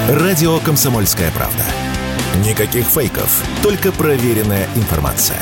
Радио «Комсомольская правда». Никаких фейков, только проверенная информация.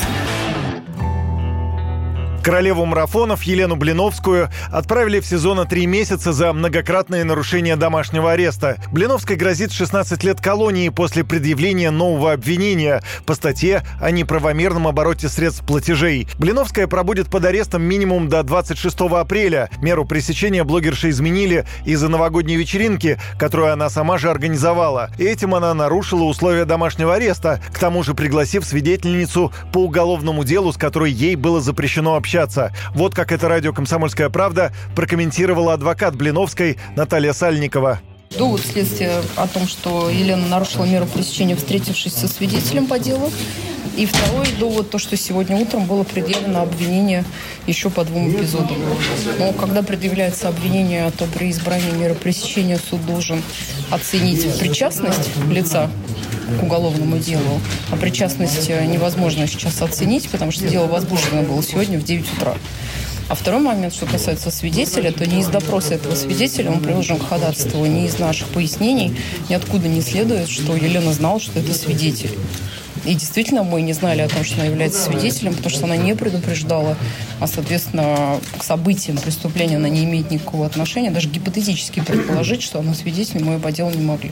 Королеву марафонов Елену Блиновскую отправили в СИЗО на 3 месяца за многократное нарушение домашнего ареста. Блиновской грозит 16 лет колонии после предъявления нового обвинения по статье о неправомерном обороте средств платежей. Блиновская пробудет под арестом минимум до 26 апреля. Меру пресечения блогерши изменили из-за новогодней вечеринки, которую она сама же организовала. Этим она нарушила условия домашнего ареста, к тому же пригласив свидетельницу по уголовному делу, с которой ей было запрещено общаться. Вот как это радио «Комсомольская правда» прокомментировала адвокат Блиновской Наталья Сальникова. Довод следствия о том, что Елена нарушила меру пресечения, встретившись со свидетелем по делу. И второй довод, то, что сегодня утром было предъявлено обвинение еще по 2 эпизодам. Но когда предъявляется обвинение о том, при избрании меры пресечения суд должен оценить причастность лица к уголовному делу. А причастность невозможно сейчас оценить, потому что дело возбуждено было сегодня в 9 утра. А второй момент, что касается свидетеля, то ни из допроса этого свидетеля, он приложен к ходатайству, ни из наших пояснений ниоткуда не следует, что Елена знала, что это свидетель. И действительно, мы не знали о том, что она является свидетелем, потому что она не предупреждала, а, соответственно, к событиям преступления она не имеет никакого отношения. Даже гипотетически предположить, что она свидетель, мы по делу не могли.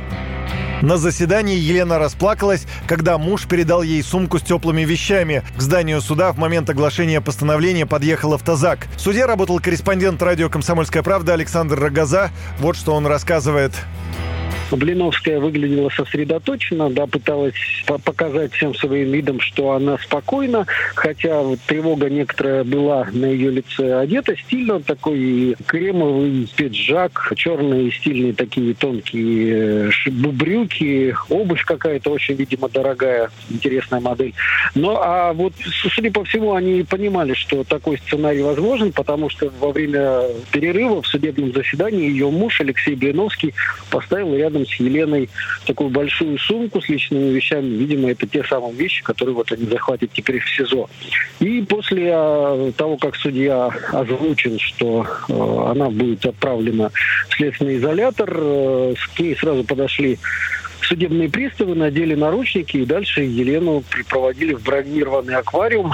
На заседании Елена расплакалась, когда муж передал ей сумку с теплыми вещами. К зданию суда в момент оглашения постановления подъехал автозак. В суде работал корреспондент радио «Комсомольская правда» Александр Рогоза. Вот что он рассказывает. Блиновская выглядела сосредоточенно, пыталась показать всем своим видом, что она спокойна, хотя тревога некоторая была на ее лице. Одета стильно, такой кремовый пиджак, черные стильные такие тонкие брюки, обувь какая-то очень, видимо, дорогая, интересная модель. А вот, судя по всему, они понимали, что такой сценарий возможен, потому что во время перерыва в судебном заседании ее муж Алексей Блиновский поставил рядом с Еленой такую большую сумку с личными вещами. Видимо, это те самые вещи, которые вот они захватят теперь в СИЗО. И после того, как судья озвучил, что она будет отправлена в следственный изолятор, к ней сразу подошли судебные приставы, надели наручники и дальше Елену припроводили в бронированный аквариум.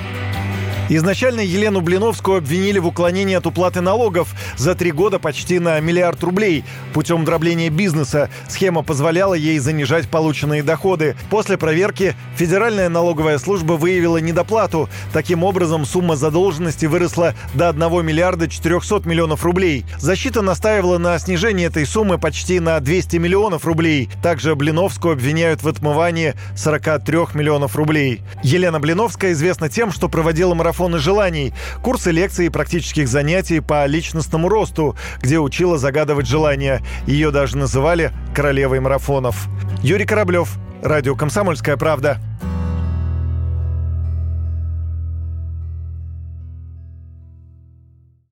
Изначально Елену Блиновскую обвинили в уклонении от уплаты налогов за 3 года почти на 1 миллиард рублей путем дробления бизнеса. Схема позволяла ей занижать полученные доходы. После проверки Федеральная налоговая служба выявила недоплату. Таким образом, сумма задолженности выросла до 1 миллиарда 400 миллионов рублей. Защита настаивала на снижении этой суммы почти на 200 миллионов рублей. Также Блиновскую обвиняют в отмывании 43 миллионов рублей. Елена Блиновская известна тем, что проводила марафоны желаний, курсы лекций и практических занятий по личностному росту, где учила загадывать желания. Ее даже называли королевой марафонов. Юрий Кораблев, радио «Комсомольская правда».